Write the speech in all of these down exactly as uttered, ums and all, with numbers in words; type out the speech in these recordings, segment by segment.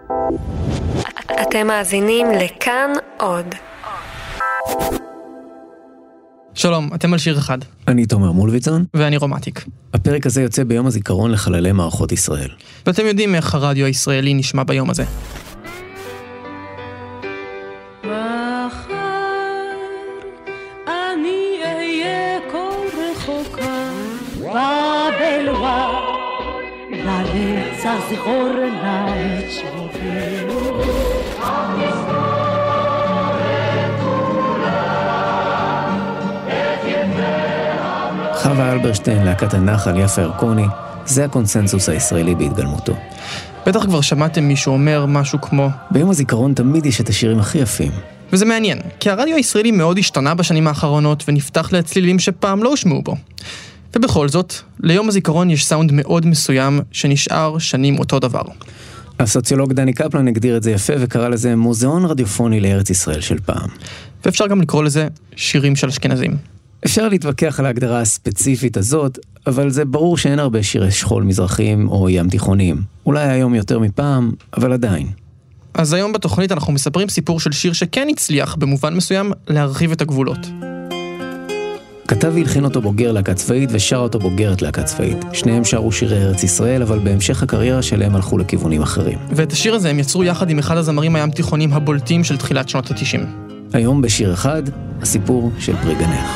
אתם מאזינים לכאן עוד. שלום, אתם על שיר אחד. אני תומר מולביצון. ואני רומטיק. הפרק הזה יוצא ביום הזיכרון לחללי מערכות ישראל. ואתם יודעים איך הרדיו הישראלי נשמע ביום הזה. חווה אלברשטיין, להקת הנחל, יפה ירקוני, זה הקונסנזוס הישראלי בהתגלמותו. בטח כבר שמעתם מישהו אומר משהו כמו ביום הזיכרון תמיד יש את השירים הכי יפים. וזה מעניין, כי הרדיו הישראלי מאוד השתנה בשנים האחרונות ונפתח לצלילים שפעם לא הושמעו בו. ובכל זאת, ליום הזיכרון יש סאונד מאוד מסוים שנשאר שנים אותו דבר. הסוציולוג דני קפלן הגדיר את זה יפה וקרא לזה מוזיאון רדיופוני לארץ ישראל של פעם. ואפשר גם לקרוא לזה שירים של אשכנזים. אפשר להתווכח על ההגדרה הספציפית הזאת, אבל זה ברור שאין הרבה שירי שכול מזרחיים או ים תיכוניים. אולי היום יותר מפעם, אבל עדיין. אז היום בתוכנית אנחנו מספרים סיפור של שיר שכן הצליח במובן מסוים להרחיב את הגבולות. כתב והלחין אותו בוגר להקה צבאית ושר אותו בוגרת להקה צבאית. שניהם שרו שירי ארץ ישראל, אבל בהמשך הקריירה שלהם הלכו לכיוונים אחרים. ואת השיר הזה הם יצרו יחד עם אחד הזמרים הים תיכונים הבולטים של תחילת שנות ה-תשעים. היום בשיר אחד, הסיפור של פרי גנך.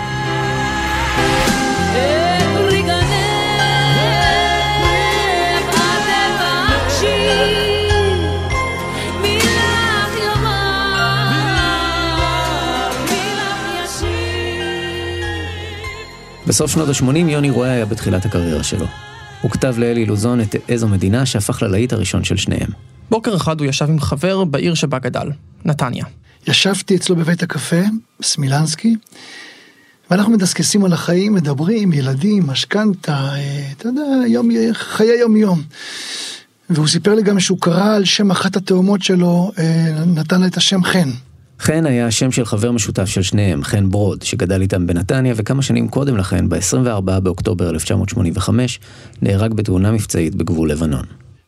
בסוף שנות ה-שמונים יוני רואה היה בתחילת הקריירה שלו. הוא כתב לאלי לוזון את איזו מדינה שהפך ללהיט הראשון של שניהם. בוקר אחד הוא ישב עם חבר בעיר שבה גדל, נתניה. ישבתי אצלו בבית הקפה, סמילנסקי, ואנחנו מדסקסים על החיים, מדברים, ילדים, משכנתה, אתה יודע, יום, חיי יום יום. והוא סיפר לי גם שהוא קרא על שם אחת התאומות שלו, נתן לה את השם חן. חן היה השם של חבר משותף של שניהם, חן ברוד, שגדל איתם בנתניה, וכמה שנים קודם לכן, ב-עשרים וארבעה באוקטובר אלף תשע מאות שמונים וחמש, נהרג בתאונה מבצעית בגבול לבנון.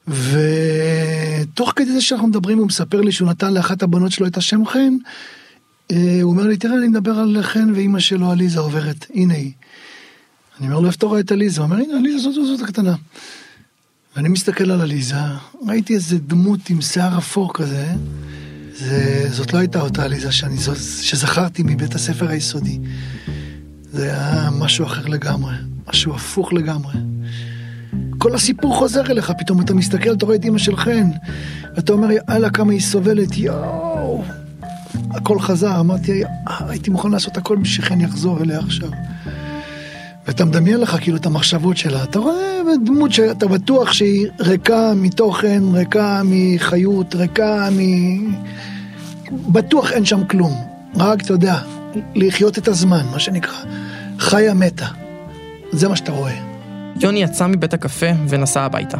ותוך כדי זה שאנחנו מדברים, הוא מספר לי שהוא נתן לאחת הבנות שלו את השם חן, הוא אומר לי, תראה, אני מדבר על חן ואימא שלו, אליזה עוברת, הנה היא. אני אומר לו, איפה אתה רואה את אליזה? הוא אומר, הנה, אליזה זאת, זאת, זאת הקטנה. ואני מסתכל על אליזה, ראיתי איזה דמות עם שיער אפור כזה, זה, זאת לא הייתה אותה אליזה שאני, שזכרתי מבית הספר היסודי. זה היה משהו אחר לגמרי, משהו הפוך לגמרי. כל הסיפור חוזר אליך, פתאום אתה מסתכל, אתה רואה את אמא של חן, ואתה אומר, יאללה, כמה היא סובלת, יואו. הכל חזר, אמרתי, הייתי מוכן לעשות הכל שחן יחזור אליה עכשיו. ואתה מדמיין לך כאילו את המחשבות שלה, אתה רואה דמות שאתה בטוח שהיא ריקה מתוכן, ריקה מחיות, ריקה מ... בטוח אין שם כלום, רק אתה יודע, לחיות את הזמן, מה שנקרא, חיה מתה, זה מה שאתה רואה. יוני יצא מבית הקפה ונסע הביתה.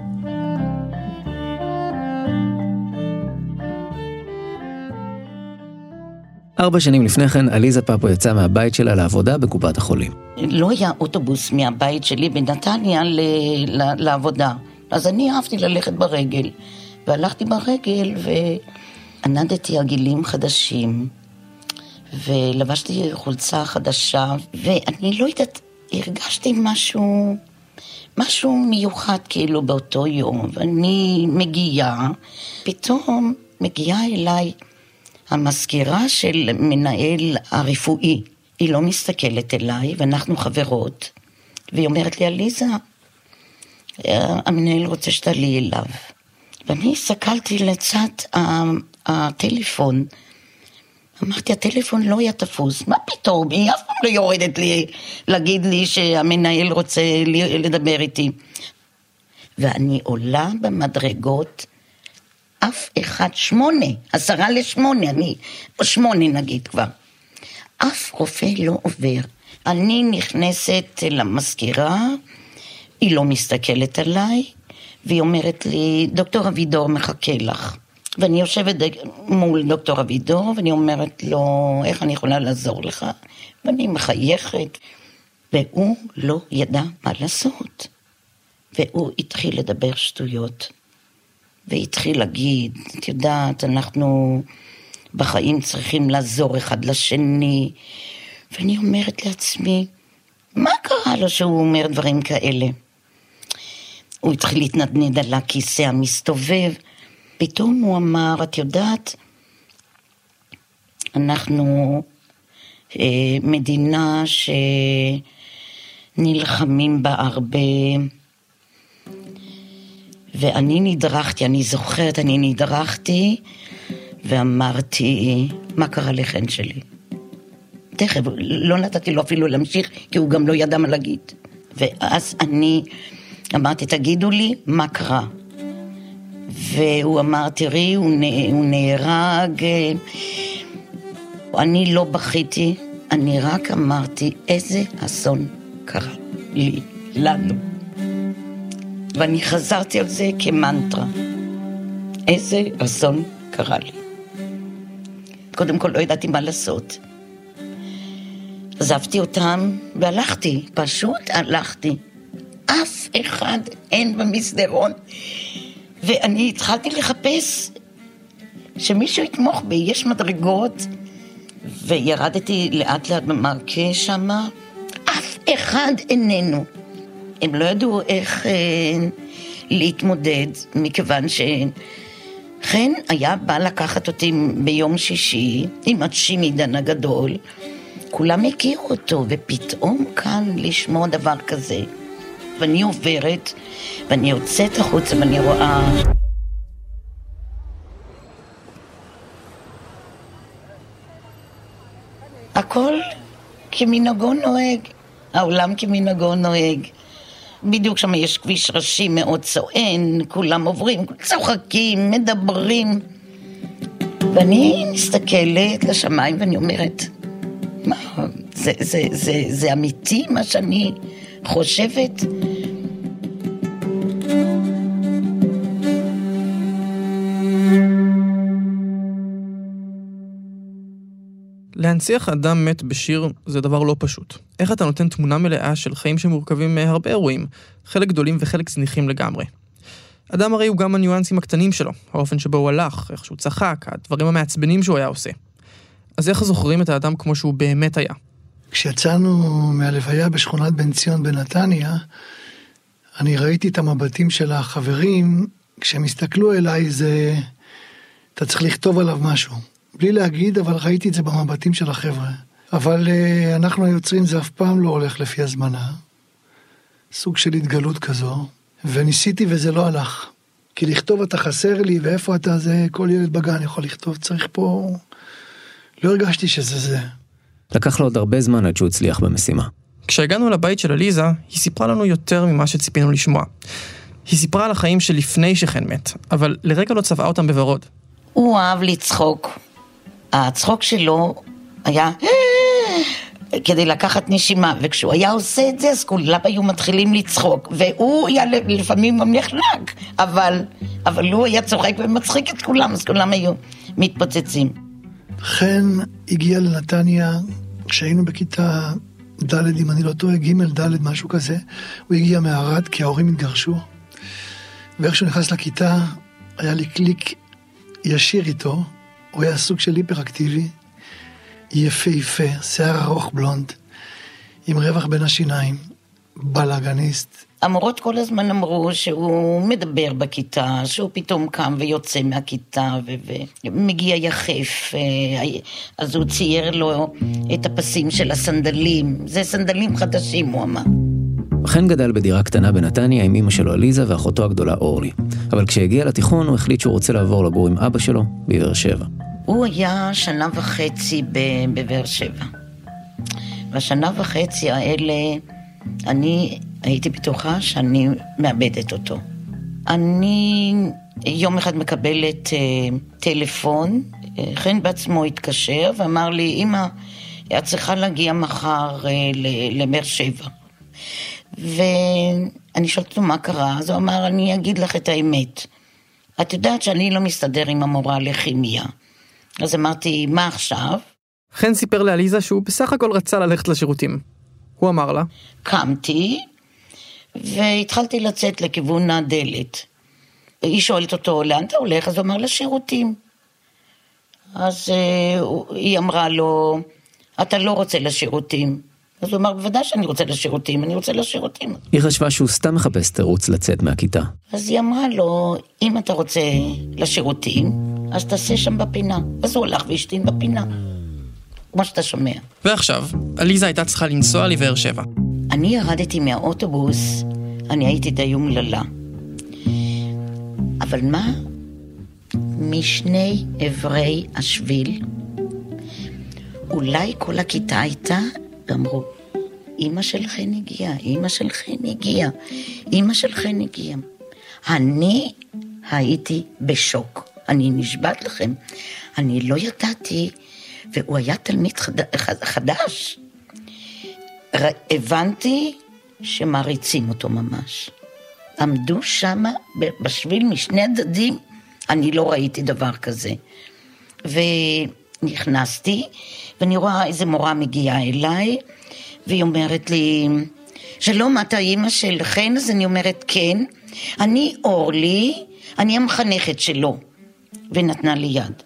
ארבע שנים לפני כן, אליזה פאפו יצאה מהבית שלה לעבודה בקופת החולים. לא היה אוטובוס מהבית שלי בנתניה ל- ל- לעבודה. אז אני אהבתי ללכת ברגל. והלכתי ברגל וענדתי עגילים חדשים. ולבשתי חולצה חדשה. ואני לא יודעת, הרגשתי משהו, משהו מיוחד כאילו באותו יום. ואני מגיעה, פתאום מגיעה אליי המזכירה של מנהל הרפואי. היא לא מסתכלת אליי, ואנחנו חברות, והיא אומרת לי, אליזה, המנהל רוצה שתעלי אליו. ואני הסתכלתי לצד הטלפון, אמרתי, הטלפון לא היה תפוס, מה פתאום? היא אף פעם לא יורדת לי, להגיד לי שהמנהל רוצה לדבר איתי. ואני עולה במדרגות, אף אחד שמונה, עשרה לשמונה, אני, או שמונה נגיד כבר. אף רופא לא עובר. אני נכנסת למזכירה, היא לא מסתכלת עליי, והיא אומרת לי, דוקטור אבידור מחכה לך. ואני יושבת מול דוקטור אבידור, ואני אומרת לו, איך אני יכולה לעזור לך? ואני מחייכת, והוא לא ידע מה לעשות. והוא התחיל לדבר שטויות. והתחיל להגיד, את יודעת, אנחנו בחיים צריכים לעזור אחד לשני, ואני אומרת לעצמי, מה קרה לו שהוא אומר דברים כאלה? הוא התחיל להתנדנד על הכיסא המסתובב, פתאום הוא אמר, את יודעת, אנחנו אה, מדינה שנלחמים בה הרבה, ואני נדרכתי, אני זוכרת, אני נדרכתי, ואמרתי, מה קרה לחן שלי? תכף, לא נתתי לו אפילו להמשיך, כי הוא גם לא ידע מה להגיד. ואז אני אמרתי, תגידו לי, מה קרה? והוא אמר, תראי, הוא, הוא נהרג, אני לא בכיתי, אני רק אמרתי, איזה אסון קרה לי, לנו. ואני חזרתי על זה כמנטרה. איזה אסון קרה לי. קודם כל לא ידעתי מה לעשות. עזבתי אותם והלכתי, פשוט הלכתי. אף אחד אין במסדרון. ואני התחלתי לחפש שמישהו יתמוך בי, יש מדרגות, וירדתי לאט לאט במרקע שמה, אף אחד איננו. הם לא ידעו איך אה, להתמודד, מכיוון שכן היה בא לקחת אותי ביום שישי, עם הצ'ימידן הגדול, כולם הכירו אותו, ופתאום כאן לשמוע דבר כזה. ואני עוברת, ואני יוצאת החוצה, ואני רואה... הכל כמנהגו נוהג, העולם כמנהגו נוהג. בדיוק שם יש כביש ראשי מאוד צוען, כולם עוברים, צוחקים, מדברים. ואני מסתכלת לשמיים ואני אומרת, מה, זה, זה, זה, זה אמיתי מה שאני חושבת? להנציח אדם מת בשיר זה דבר לא פשוט. איך אתה נותן תמונה מלאה של חיים שמורכבים מהרבה אירועים, חלק גדולים וחלק זניחים לגמרי. אדם הרי הוא גם הניואנסים הקטנים שלו, האופן שבו הוא הלך, איך שהוא צחק, הדברים המעצבנים שהוא היה עושה. אז איך זוכרים את האדם כמו שהוא באמת היה? כשיצאנו מהלוויה בשכונת בן ציון בנתניה, אני ראיתי את המבטים של החברים, כשהם הסתכלו אליי זה, אתה צריך לכתוב עליו משהו. בלי להגיד, אבל ראיתי את זה במבטים של החבר'ה. אבל uh, אנחנו היוצרים, זה אף פעם לא הולך לפי הזמנה. סוג של התגלות כזו. וניסיתי וזה לא הלך. כי לכתוב אתה חסר לי, ואיפה אתה זה, כל ילד בגן יכול לכתוב, צריך פה... לא הרגשתי שזה זה. לקח לו עוד הרבה זמן עד שהוא הצליח במשימה. כשהגענו לבית של אליזה, היא סיפרה לנו יותר ממה שציפינו לשמוע. היא סיפרה על החיים שלפני שחן מת, אבל לרגע לא צבעה אותם בוורוד. הוא אהב לצחוק. הצחוק שלו היה כדי לקחת נשימה, וכשהוא היה עושה את זה, אז כולם היו מתחילים לצחוק, והוא היה לפעמים גם נחלק, אבל, אבל הוא היה צוחק ומצחיק את כולם, אז כולם היו מתפוצצים. חן הגיע לנתניה, כשהיינו בכיתה ד' אם אני לא טועה, ג' ד' משהו כזה, הוא הגיע מערד כי ההורים התגרשו, ואיך שהוא נכנס לכיתה, היה לי קליק ישיר איתו, הוא היה סוג של היפראקטיבי, יפה יפה, שיער ארוך בלונד, עם רווח בין השיניים, בלגניסט. המורות כל הזמן אמרו שהוא מדבר בכיתה, שהוא פתאום קם ויוצא מהכיתה ומגיע יחף, אז הוא צייר לו את הפסים של הסנדלים, זה סנדלים חדשים הוא אמר. חן גדל בדירה קטנה בנתניה עם אמא שלו אליזה ואחותו הגדולה אורלי. אבל כשהגיע לתיכון הוא החליט שהוא רוצה לעבור לגור עם אבא שלו בבאר שבע. הוא היה שנה וחצי בבאר שבע. בשנה וחצי האלה אני הייתי בטוחה שאני מאבדת אותו. אני יום אחד מקבלת uh, טלפון, חן בעצמו התקשר ואמר לי, אמא, את צריכה להגיע מחר uh, לבאר שבע. ואני שואלת אותו מה קרה, אז הוא אמר, אני אגיד לך את האמת. את יודעת שאני לא מסתדר עם המורה לכימיה. אז אמרתי, מה עכשיו? חן סיפר לאליזה שהוא בסך הכל רצה ללכת לשירותים. הוא אמר לה, קמתי, והתחלתי לצאת לכיוון הדלת. היא שואלת אותו, לאן אתה הולך? אז הוא אמר, לשירותים. אז uh, היא אמרה לו, אתה לא רוצה לשירותים. אז הוא אמר, בוודאי שאני רוצה לשירותים, אני רוצה לשירותים. היא חשבה שהוא סתם מחפש תירוץ לצאת מהכיתה. אז היא אמרה לו, אם אתה רוצה לשירותים, אז תעשה שם בפינה. אז הוא הלך והשתין בפינה, כמו שאתה שומע. ועכשיו, עליזה הייתה צריכה לנסוע לבאר שבע. אני ירדתי מהאוטובוס, אני הייתי די אומללה. אבל מה? משני עברי השביל, אולי כל הכיתה הייתה, ואמרו, אמא שלכן הגיעה, אמא שלכן הגיעה, אמא שלכן הגיעה. אני הייתי בשוק, אני נשבעת לכם, אני לא ידעתי, והוא היה תלמיד חד... חדש. ר... הבנתי שמריצים אותו ממש. עמדו שם בשביל משני הצדדים, אני לא ראיתי דבר כזה. ונכנסתי, ואני רואה איזה מורה מגיעה אליי, והיא אומרת לי, שלום, את האמא של חן? אז אני אומרת, כן. אני אורלי, אני המחנכת שלו. ונתנה לי יד.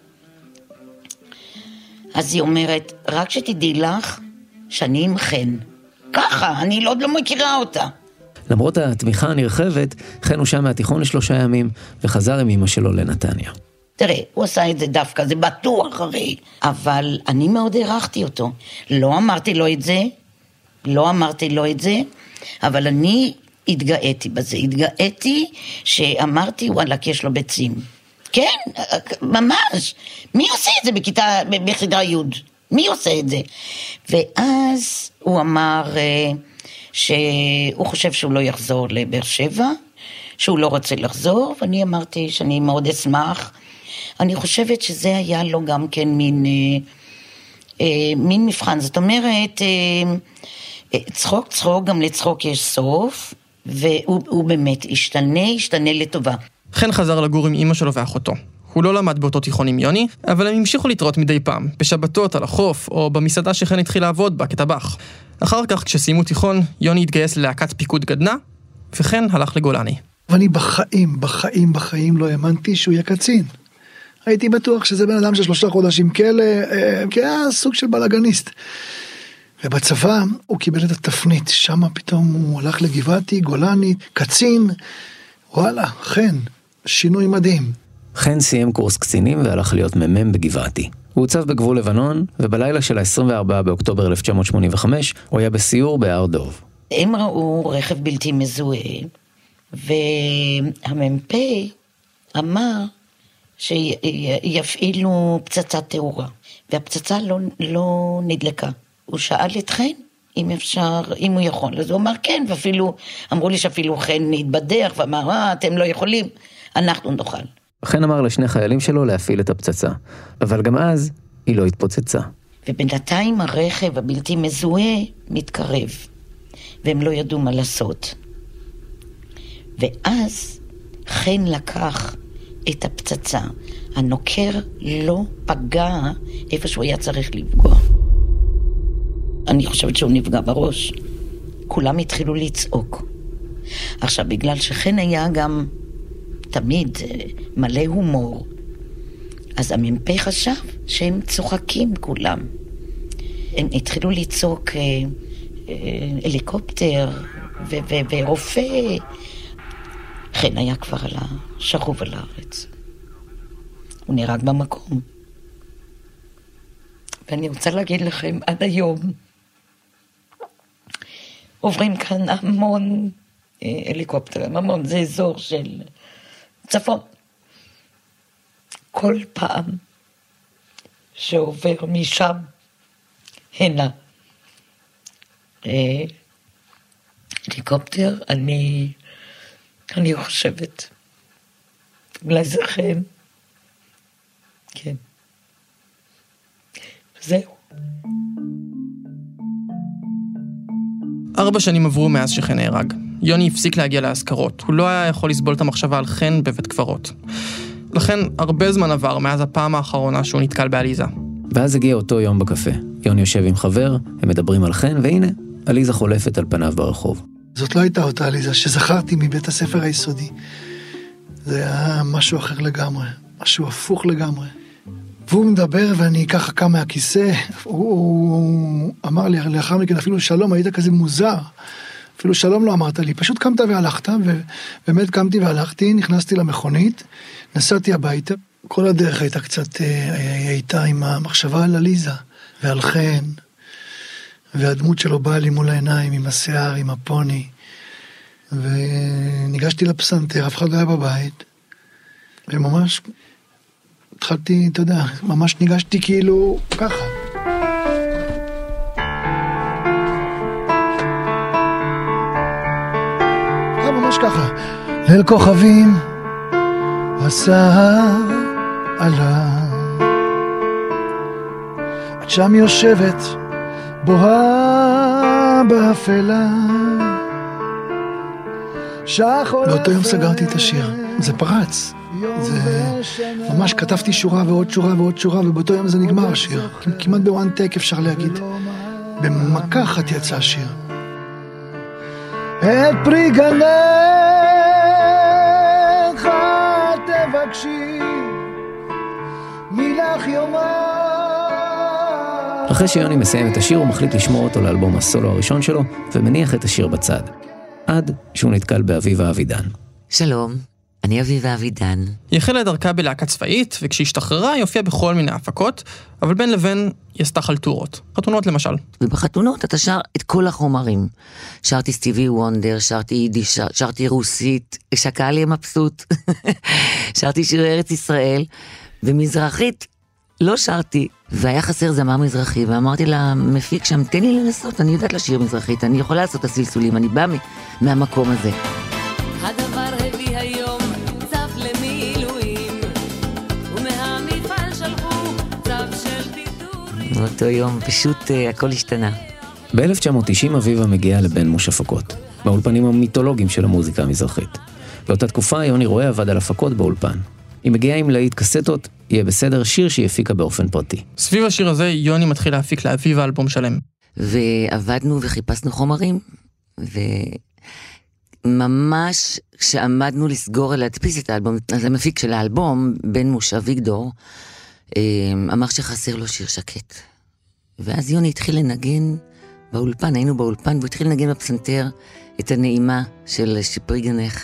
אז היא אומרת, רק שתדעי לך, שאני עם חן. ככה, אני עוד לא מכירה אותה. למרות התמיכה הנרחבת, חן הוא שם מהתיכון לשלושה ימים, וחזר עם אמא שלו לנתניה. תראה, הוא עשה את זה דווקא, זה בטוח הרי. אבל אני מאוד הערכתי אותו. לא אמרתי לו את זה, לא אמרתי לו את זה, אבל אני התגאיתי בזה. התגאיתי שאמרתי, וואלה, כי יש לו ביצים. כן, ממש. מי עושה את זה בכיתה, בחדר י'? מי עושה את זה? ואז הוא אמר שהוא חושב שהוא לא יחזור לבאר שבע, שהוא לא רוצה לחזור, ואני אמרתי שאני מאוד אשמח. אני חושבת שזה היה לו גם כן מין, אה, אה, מין מבחן. זאת אומרת, אה, צחוק צחוק, גם לצחוק יש סוף, והוא באמת השתנה, השתנה לטובה. חן חזר לגור עם אמא שלו ואחותו. הוא לא למד באותו תיכון עם יוני, אבל הם המשיכו לתרות מדי פעם, בשבתות, על החוף, או במסעדה שחן התחיל לעבוד בה, כטבח. אחר כך, כשסיימו תיכון, יוני התגייס ללהקת פיקוד גדנ"ע, וחן הלך לגולני. ואני בחיים, בחיים, בחיים לא האמנתי שהוא יהיה קצין. הייתי בטוח שזה בן אדם של שלושה חודשים כאלה, כי היה סוג של בלגניסט. ובצבא הוא קיבל את התפנית, שם פתאום הוא הלך לגבעתי, גולני, קצין, וואלה, חן, שינוי מדהים. חן סיים קורס קצינים והלך להיות ממם בגבעתי. הוא הוצב בגבול לבנון, ובלילה של ה-עשרים וארבעה באוקטובר אלף תשע מאות שמונים וחמש הוא היה בסיור בהר דוב. הם ראו רכב בלתי מזוהה, והמ"פ אמר שיפעילו פצצת תאורה, והפצצה לא, לא נדלקה. הוא שאל את חן אם אפשר, אם הוא יכול, אז הוא אמר כן, ואפילו אמרו לי שאפילו חן נתבדח, ואמר, אה, אתם לא יכולים, אנחנו נוכל. חן אמר לשני חיילים שלו להפעיל את הפצצה, אבל גם אז היא לא התפוצצה. ובינתיים הרכב הבלתי מזוהה מתקרב, והם לא ידעו מה לעשות. ואז חן לקח את הפצצה, הנוקר לא פגע איפה שהוא היה צריך לפגוע. אני חושבת שהוא נפגע בראש. כולם התחילו לצעוק. עכשיו, בגלל שחן היה גם תמיד מלא הומור, אז המ"פ חשב שהם צוחקים כולם. הם התחילו לצעוק אה, אה, הליקופטר ו- ו- ורופא. חן היה כבר על השכוב על הארץ. הוא נהרג במקום. ואני רוצה להגיד לכם, עד היום עוברים כאן המון אה, הליקופטרים, המון, זה אזור של צפון. כל פעם שעובר משם הנה אה, הליקופטר, אני, אני חושבת, אולי זה חן. כן. זהו. ארבע שנים עברו מאז שחן נהרג. יוני הפסיק להגיע להזכרות. הוא לא היה יכול לסבול את המחשבה על חן בבית קברות. לכן הרבה זמן עבר מאז הפעם האחרונה שהוא נתקל בעליזה. ואז הגיע אותו יום בקפה. יוני יושב עם חבר, הם מדברים על חן, והנה, עליזה חולפת על פניו ברחוב. זאת לא הייתה אותה עליזה שזכרתי מבית הספר היסודי. זה היה משהו אחר לגמרי, משהו הפוך לגמרי. והוא מדבר ואני ככה קם מהכיסא, הוא, הוא אמר לי לאחר מכן, אפילו שלום, היית כזה מוזר, אפילו שלום לא אמרת לי, פשוט קמת והלכת, ובאמת קמתי והלכתי, נכנסתי למכונית, נסעתי הביתה, כל הדרך הייתה קצת, הייתה עם המחשבה על עליזה, ועל חן, והדמות שלו באה לי מול העיניים, עם השיער, עם הפוני, וניגשתי לפסנתר, אף אחד לא היה בבית, וממש התחלתי, אתה יודע, ממש ניגשתי כאילו ככה. היה ממש ככה. ליל כוכבים, הסהר עלה, את שם יושבת, בוהה באפלה. באותו יום סגרתי את השיר, זה פרץ. זה ממש כתבתי שורה ועוד שורה ועוד שורה, ובאותו יום זה נגמר השיר. כמעט בוואן טייק אפשר להגיד. במכה אחת יצא השיר. את פרי גנך תבקשי מילך יאמר. אחרי שיוני מסיים את השיר הוא מחליט לשמור אותו לאלבום הסולו הראשון שלו ומניח את השיר בצד. עד שהוא נתקל באביבה אבידן. שלום, אני אביבה אבידן. היא החלה דרכה בלהקה צבאית, וכשהשתחררה היא הופיעה בכל מיני הפקות, אבל בין לבין היא עשתה חלטורות. חתונות למשל. ובחתונות אתה שר את כל החומרים. שרתי סטיבי וונדר, שרתי יידיש, שר, שרתי רוסית, שקעה לי מבסוט. שרתי שירי ארץ ישראל, ומזרחית לא שרתי, והיה חסר זמר מזרחי, ואמרתי למפיק שם, תן לי לנסות, אני יודעת לשיר מזרחית, אני יכולה לעשות את הסלסולים, אני באה מהמקום הזה. הדבר הביא היום צו למילואים, ומהמפעל שלחו צו של פיטורים. באותו יום פשוט uh, הכל השתנה. ב-אלף תשע מאות תשעים אביבה מגיעה לבן מוש הפקות, באולפנים המיתולוגיים של המוזיקה המזרחית. באותה תקופה יוני רואה עבד על הפקות באולפן. היא מגיעה עם להיט קסטות, יהיה בסדר, שיר שהיא הפיקה באופן פרטי. סביב השיר הזה יוני מתחיל להפיק לאביבה אלבום שלם. ועבדנו וחיפשנו חומרים, וממש כשעמדנו לסגור להדפיס את האלבום, אז המפיק של האלבום, בן מוש אביגדור, אמר שחסר לו שיר שקט. ואז יוני התחיל לנגן באולפן, היינו באולפן, והוא התחיל לנגן בפסנתר את הנעימה של שפרי גנך.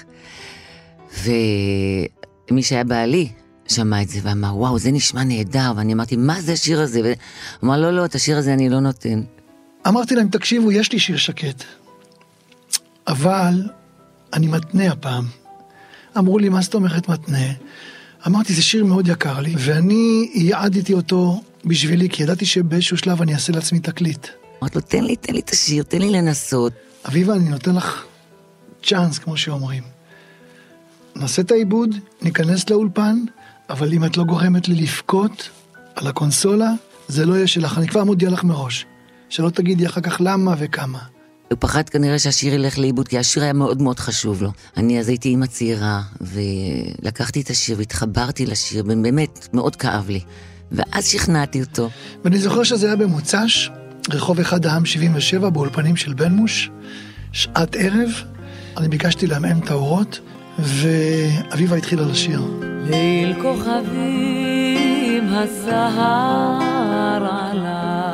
ומי שהיה בעלי שמע את זה ואמר, וואו, זה נשמע נהדר, ואני אמרתי, מה זה השיר הזה? והוא אמר, לא, לא, את השיר הזה אני לא נותן. אמרתי להם, תקשיבו, יש לי שיר שקט, אבל אני מתנה הפעם. אמרו לי, מה זאת אומרת מתנה? אמרתי, זה שיר מאוד יקר לי, ואני יעדתי אותו בשבילי, כי ידעתי שבאיזשהו שלב אני אעשה לעצמי תקליט. אמרתי לו, תן לי, תן לי את השיר, תן לי לנסות. אביבה, אני נותן לך צ'אנס, כמו שאומרים. נעשה את העיבוד, ניכנס לאולפן, אבל אם את לא גורמת לי לפקוט על הקונסולה, זה לא יהיה שלך. אני כבר מודיע לך מראש. שלא תגידי אחר כך למה וכמה. הוא פחד כנראה שהשיר ילך לאיבוד, כי השיר היה מאוד מאוד חשוב לו. אני אז הייתי אמא צעירה, ולקחתי את השיר והתחברתי לשיר, באמת מאוד כאב לי. ואז שכנעתי אותו. ואני זוכר שזה היה במוצ"ש, רחוב אחד העם שבעים ושבע, באולפנים של בן מוש, שעת ערב. אני ביקשתי לאמן את האורות, ואביבה התחילה לשיר. ליל כוכבים הסהר עלה,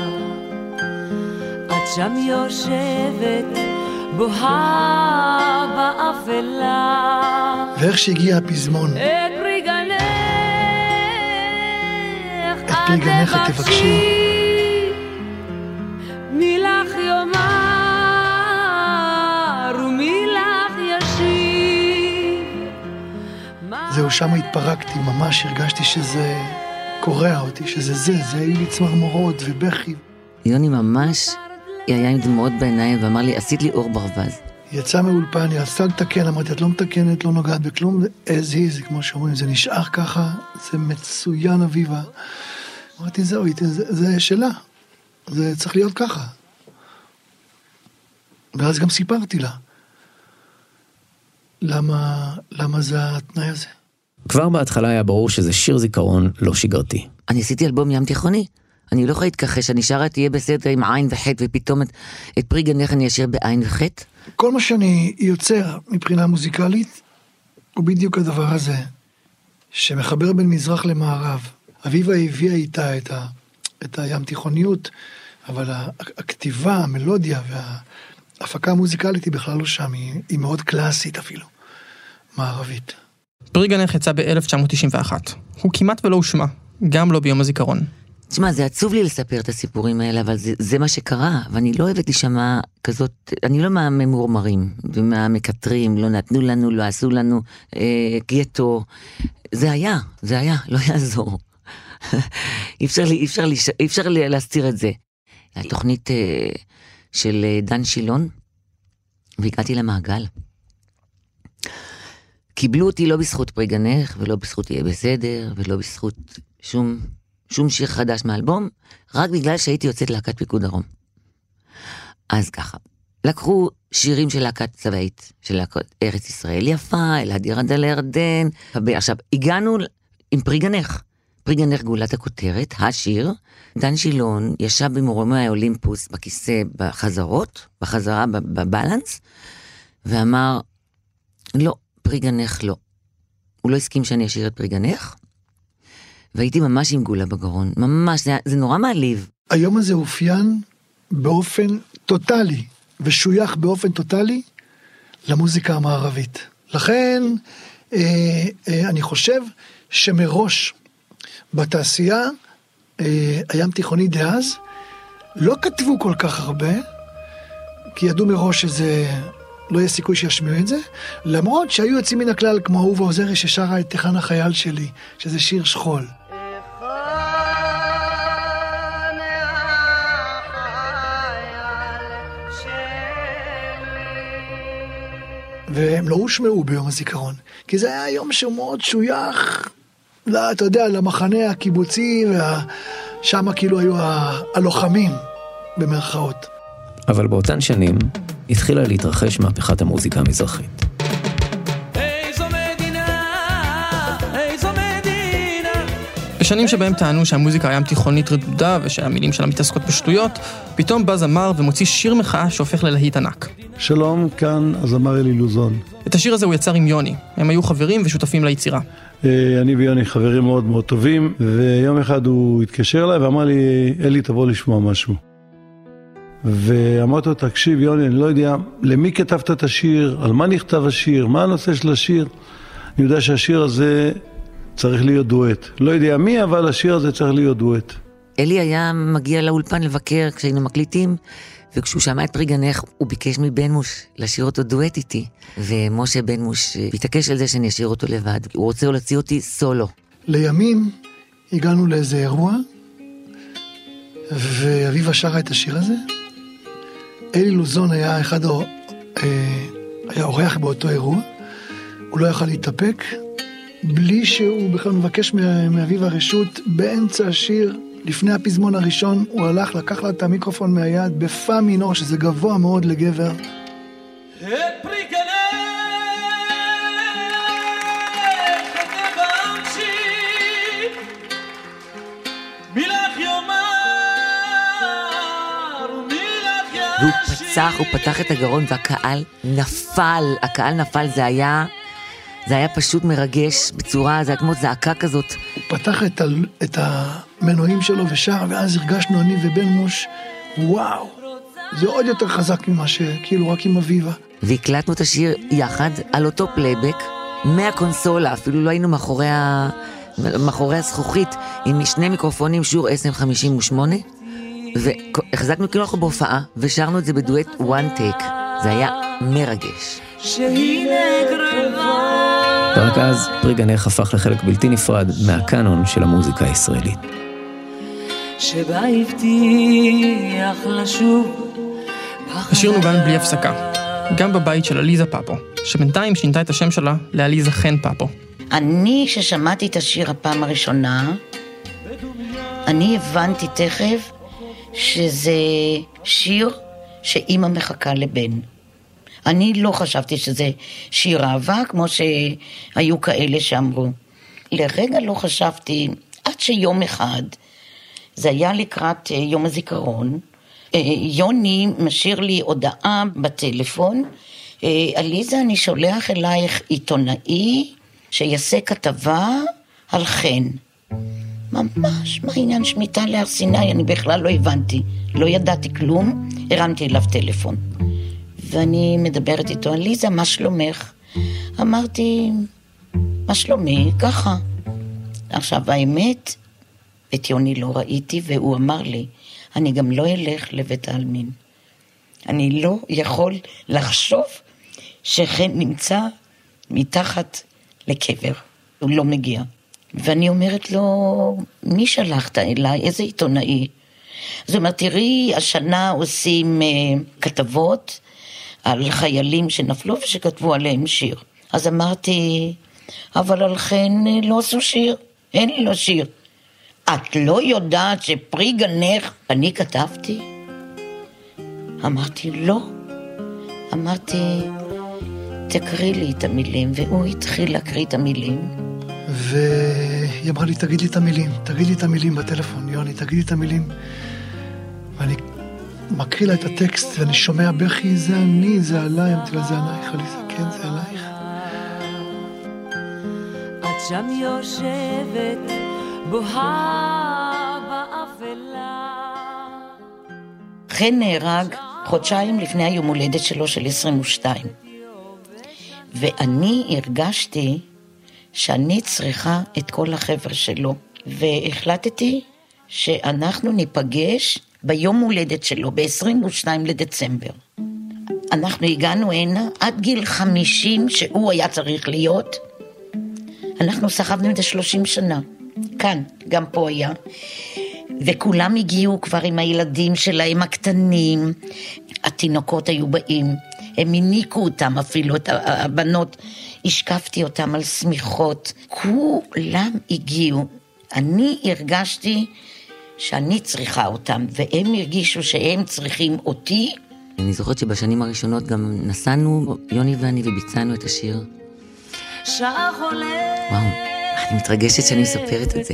את שם יושבת בוהה באפלה, ואיך שהגיע הפזמון, את פרי גנך את פרי גנך תבקשי, מילך יאמר ומילך ישיב. זהו, שם התפרקתי, ממש הרגשתי שזה קורע אותי, שזה זה, זה היו לי צמרמורות ובכי. יוני ממש היה עם דמעות בעיניים ואמר לי, עשית לי אור ברווז. יצא מאולפן, היא רצתה לתקן, אמרתי, את לא מתקנת, לא נוגעת בכלום, as is, כמו שאומרים, זה נשאר ככה, זה מצוין אביבה. אמרתי, זהו, זה, זה שלה, זה צריך להיות ככה. ואז גם סיפרתי לה, למה, למה זה התנאי הזה. כבר בהתחלה היה ברור שזה שיר זיכרון לא שגרתי. אני עשיתי אלבום ים תיכוני. אני לא יכולה להתכחש, אני שרה תהיה בסדר עם עין וחט, ופתאום את, את פרי גנך אני אשאיר בעין וחט. כל מה שאני יוצר מבחינה מוזיקלית, הוא בדיוק הדבר הזה, שמחבר בין מזרח למערב. אביבה הביאה איתה את, ה, את הים תיכוניות, אבל הכתיבה, המלודיה וההפקה המוזיקלית היא בכלל לא שם, היא, היא מאוד קלאסית אפילו, מערבית. פרי גנך יצא ב-אלף תשע מאות תשעים ואחת. הוא כמעט ולא הושמע, גם לא ביום הזיכרון. תשמע, זה עצוב לי לספר את הסיפורים האלה, אבל זה, זה מה שקרה, ואני לא אוהבת לשמע כזאת, אני לא מהממורמרים ומהמקטרים, לא נתנו לנו, לא עשו לנו, אה, גטו, זה היה, זה היה, לא יעזור. אי אפשר, לי, אי אפשר, לי, אי אפשר לי להסתיר את זה. התוכנית אה, של דן שילון, והגעתי למעגל. קיבלו אותי לא בזכות פרי גנך, ולא בזכות יהיה בסדר, ולא בזכות שום... שום שיר חדש מאלבום, רק בגלל שהייתי יוצאת להקת פיקוד דרום. אז ככה, לקחו שירים של להקת צבאית, של להקת ארץ ישראל יפה, אלעד ירד על הירדן, עכשיו, הגענו עם פרי גנך, פרי גנך גאולת הכותרת, השיר, דן שילון ישב במרומי האולימפוס בכיסא בחזרות, בחזרה בבלנס, ואמר, לא, פרי גנך לא. הוא לא הסכים שאני אשיר את פרי גנך, והייתי ממש עם גולה בגרון, ממש, זה, זה נורא מעליב. היום הזה אופיין באופן טוטלי, ושוייך באופן טוטלי למוזיקה המערבית. לכן, אה, אה, אני חושב שמראש בתעשייה, אה, הים תיכוני דאז, לא כתבו כל כך הרבה, כי ידעו מראש שזה לא יהיה סיכוי שישמיעו את זה, למרות שהיו יוצאים מן הכלל כמו אהובה עוזרי ששרה את תיכן החייל שלי, שזה שיר שכול. והם לא הושמעו ביום הזיכרון, כי זה היה יום שהוא מאוד שוייך, לא, אתה יודע, למחנה הקיבוצי, ושם כאילו היו הלוחמים במרכאות. אבל באותן שנים התחילה להתרחש מהפכת המוזיקה המזרחית. איזו מדינה, איזו מדינה. בשנים שבהם טענו שהמוזיקה הים תיכונית רדודה ושהמילים שלה מתעסקות בשטויות, פתאום בא זמר ומוציא שיר מחאה שהופך ללהיט ענק. שלום, כאן הזמר אלי לוזון. את השיר הזה הוא יצר עם יוני. הם היו חברים ושותפים ליצירה. אני ויוני חברים מאוד מאוד טובים, ויום אחד הוא התקשר אליי ואמר לי, אלי, תבוא לשמוע משהו. ואמרתי לו, תקשיב יוני, אני לא יודע למי כתבת את השיר, על מה נכתב השיר, מה הנושא של השיר. אני יודע שהשיר הזה צריך להיות דואט. לא יודע מי, אבל השיר הזה צריך להיות דואט. אלי היה מגיע לאולפן לבקר כשהיינו מקליטים, וכשהוא שמע את פרי גנך, הוא ביקש מבן מוש לשיר אותו דואט איתי. ומשה בן מוש התעקש על זה שאני אשיר אותו לבד. הוא רוצה להוציא אותי סולו. לימים הגענו לאיזה אירוע, ואביבה שרה את השיר הזה. אלי לוזון היה אחד, היה אורח באותו אירוע. הוא לא יכל להתאפק, בלי שהוא בכלל מבקש מאביבה רשות באמצע השיר. לפני הפזמון הראשון הוא הלך, לקח לה את המיקרופון מהיד בפה מינור, שזה גבוה מאוד לגבר. את פרי גנך, את נבאמצ'י, מילך יומר ומילך ישי. והוא פצח, הוא פתח את הגרון והקהל נפל, הקהל נפל, זה היה... זה היה פשוט מרגש בצורה, זה היה כמו זעקה כזאת. הוא פתח את, ה, את המנועים שלו ושר, ואז הרגשנו אני ובן מוש, וואו, זה עוד יותר חזק ממה שכאילו רק עם אביבה. והקלטנו את השיר יחד על אותו פלייבק, מהקונסולה, אפילו לא היינו מאחורי, ה... מאחורי הזכוכית, עם שני מיקרופונים, שור אס אם חמישים ושמונה, והחזקנו כאילו אנחנו בהופעה, ושרנו את זה בדואט one take. זה היה מרגש. שהנה קרבה. ורק אז פרי גנך הפך לחלק בלתי נפרד מהקאנון של המוזיקה הישראלית. שבה הבטיח לשוב. השיר נוגן בלי הפסקה, גם בבית של עליזה פאפו, שבינתיים שינתה את השם שלה לעליזה חן פאפו. אני, ששמעתי את השיר הפעם הראשונה, אני הבנתי תכף שזה שיר שאמא מחכה לבן. אני לא חשבתי שזה שיר אהבה, כמו שהיו כאלה שאמרו. לרגע לא חשבתי, עד שיום אחד, זה היה לקראת יום הזיכרון, יוני משאיר לי הודעה בטלפון, עליזה, אני שולח אלייך עיתונאי שיעשה כתבה על חן. ממש, מה העניין שמיטה להר סיני? אני בכלל לא הבנתי, לא ידעתי כלום, הרמתי אליו טלפון. ואני מדברת איתו, עליזה, מה שלומך? אמרתי, מה שלומי? ככה. עכשיו, האמת, את יוני לא ראיתי, והוא אמר לי, אני גם לא אלך לבית העלמין. אני לא יכול לחשוב שחן נמצא מתחת לקבר. הוא לא מגיע. ואני אומרת לו, מי שלחת אליי? איזה עיתונאי? זאת אומרת, תראי, השנה עושים uh, כתבות על חיילים שנפלו ושכתבו עליהם שיר. אז אמרתי, אבל על חן לא עשו שיר, אין לו שיר. את לא יודעת שפרי גנך, אני כתבתי? אמרתי, לא. אמרתי, תקריא לי את המילים, והוא התחיל להקריא את המילים. והיא אמרה לי, תגיד לי את המילים, תגיד לי את המילים בטלפון, יוני, תגיד לי את המילים. ואני מקריא לה את הטקסט, ואני שומע בכי, זה אני, זה עליי, אמרתי לה, זה עלייך, עליזה, כן, זה עלייך. את שם יושבת, בוהה באפלה. חן נהרג חודשיים לפני היום הולדת שלו של עשרים ושתיים. ואני הרגשתי שאני צריכה את כל החבר'ה שלו. והחלטתי שאנחנו ניפגש ביום הולדת שלו, ב-עשרים ושניים לדצמבר. אנחנו הגענו הנה עד גיל חמישים שהוא היה צריך להיות. אנחנו סחבנו את זה שלושים שנה. כאן, גם פה היה. וכולם הגיעו כבר עם הילדים שלהם הקטנים. התינוקות היו באים. הם הניקו אותם אפילו, את הבנות. השקפתי אותם על סמיכות. כולם הגיעו. אני הרגשתי שאני צריכה אותם, והם הרגישו שהם צריכים אותי. אני זוכרת שבשנים הראשונות גם נסענו, יוני ואני, וביצענו את השיר. וואו, אני מתרגשת שאני מספרת את זה.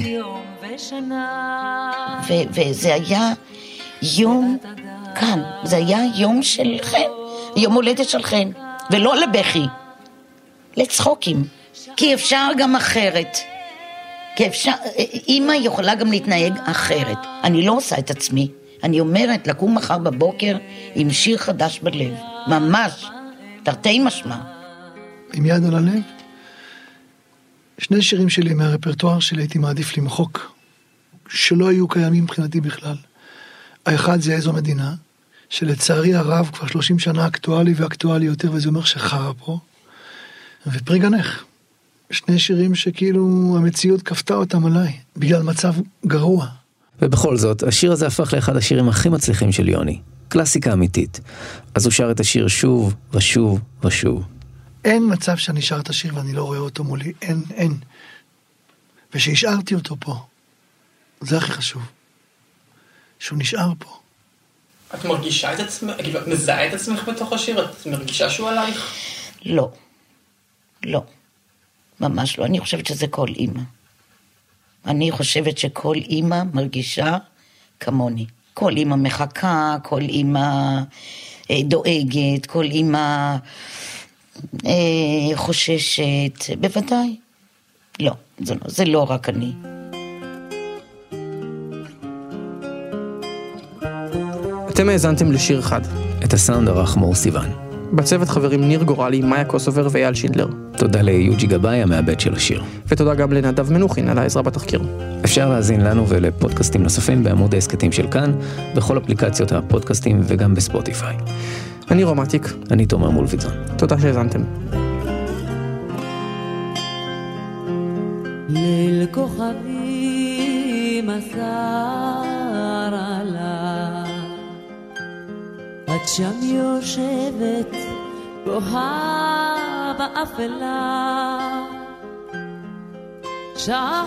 ו- וזה היה יום כאן, זה היה יום של חן, יום הולדת של חן, ולא לבכי, לצחוקים, כי אפשר גם אחרת. כי אפשר, אמא יכולה גם להתנהג אחרת. אני לא עושה את עצמי. אני אומרת, לקום מחר בבוקר עם שיר חדש בלב. ממש, תרתי משמע. עם יד על הלב, שני שירים שלי מהרפרטואר שלי הייתי מעדיף למחוק, שלא היו קיימים מבחינתי בכלל. האחד זה איזו מדינה, שלצערי הרב כבר שלושים שנה אקטואלי ואקטואלי יותר, וזה אומר שחרה פה. ופרי גנך. שני שירים שכאילו המציאות כפתה אותם עליי, בגלל מצב גרוע. ובכל זאת, השיר הזה הפך לאחד השירים הכי מצליחים של יוני. קלאסיקה אמיתית. אז הוא שר את השיר שוב ושוב ושוב. אין מצב שאני שר את השיר ואני לא רואה אותו מולי. אין, אין. ושהשארתי אותו פה. זה הכי חשוב. שהוא נשאר פה. את מרגישה את עצמך, כאילו, את מזהה את עצמך בתוך השיר? את מרגישה שהוא עלייך? לא. לא. ממש לא. אני חושבת שזה כל אימא. אני חושבת שכל אימא מרגישה כמוני. כל אימא מחכה, כל אימא אה, דואגת, כל אימא אה, חוששת. בוודאי. לא, זה לא, זה לא רק אני. אתם האזנתם לשיר אחד. את הסאונד ערך מור סיוון. בצוות חברים ניר גורלי, מאיה קוסובר ואייל שינדלר. תודה ליוג'י גבאי, המעבד של השיר. ותודה גם לנדב מנוחין על העזרה בתחקיר. אפשר להזין לנו ולפודקאסטים נוספים בעמוד העסקתים של כאן, בכל אפליקציות הפודקאסטים וגם בספוטיפיי. אני רומטיק. אני תומר מולביטזון. תודה שהאזנתם. ליל כוכבים אסר עליו, את שם יושבת בוהה באפלה, שעה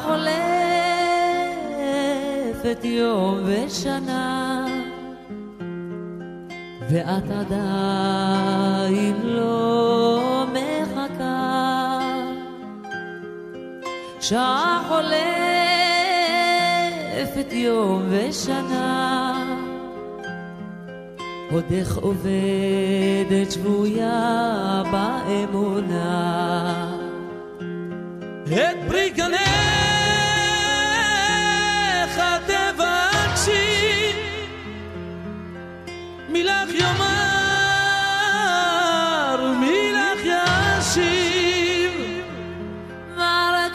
חולפת יום ושנה, ואת עדיין לא מחכה. שעה חולפת יום ושנה, עודך עובדת שבויה באמונה. את פרי גנך תבקשי, מילך יאמר ומילך ישיב. מה רק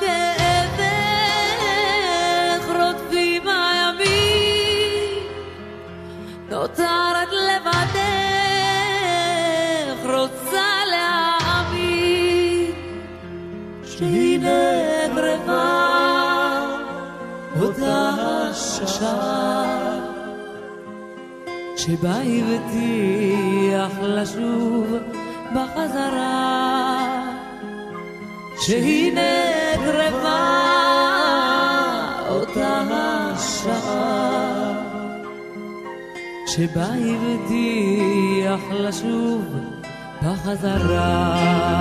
כאבך רודפים הימים, נותרת לבדך רוצה להאמין, שהנה קרבה אותה השעה, שבה הבטיח לשוב בחזרה, שהנה קרבה אותה השעה, שבה הבטיח לשוב בחזרה.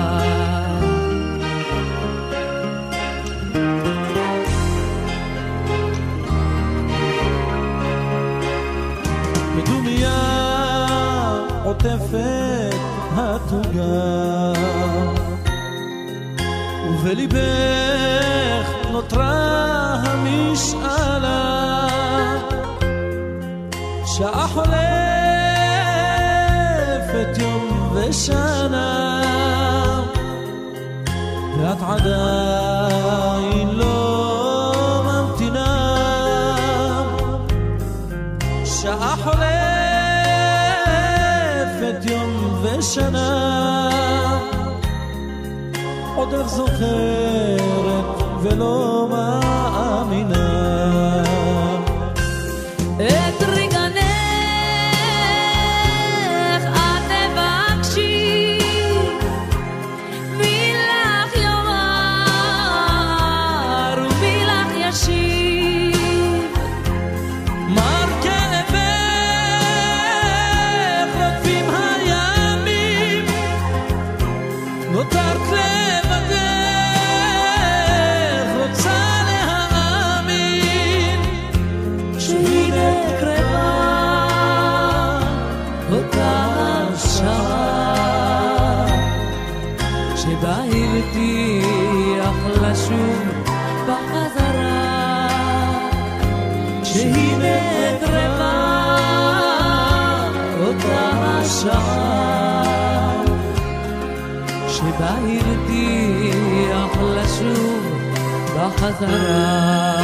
בדומיה עוטפת התוגה, ובליבך נותרה המשאלה, שעה חולפת יום ושנה, ואת עדיין לא ממתינה. שעה חולפת יום ושנה, עודך זוכרת ולא מאמינה. את רגנך את תבקשי, מילך יאמר ומילך ישיב. מר כאבך רודפים הימים, נותרת לבדך רוצה להאמין, שהנה קרבה אותה השעה, שבה הבטיח לשוב בחזרה, שהנה קרבה אותה השעה, שבה הבטיח לשוב בחזרה.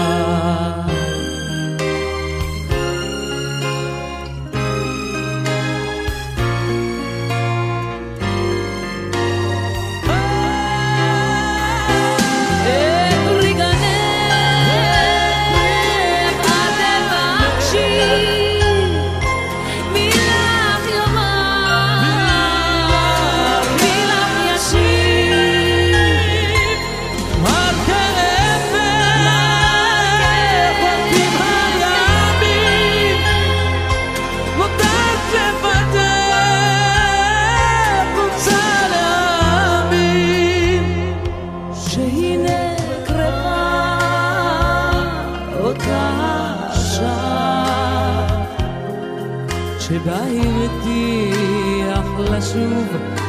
שבה הבטיח לשוב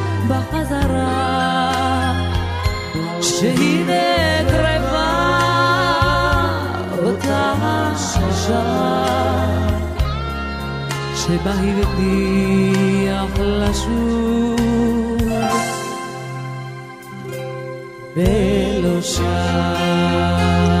בחזרה, שהנה קרבה אותה השעה, שבה הבטיח לשוב ולא שם.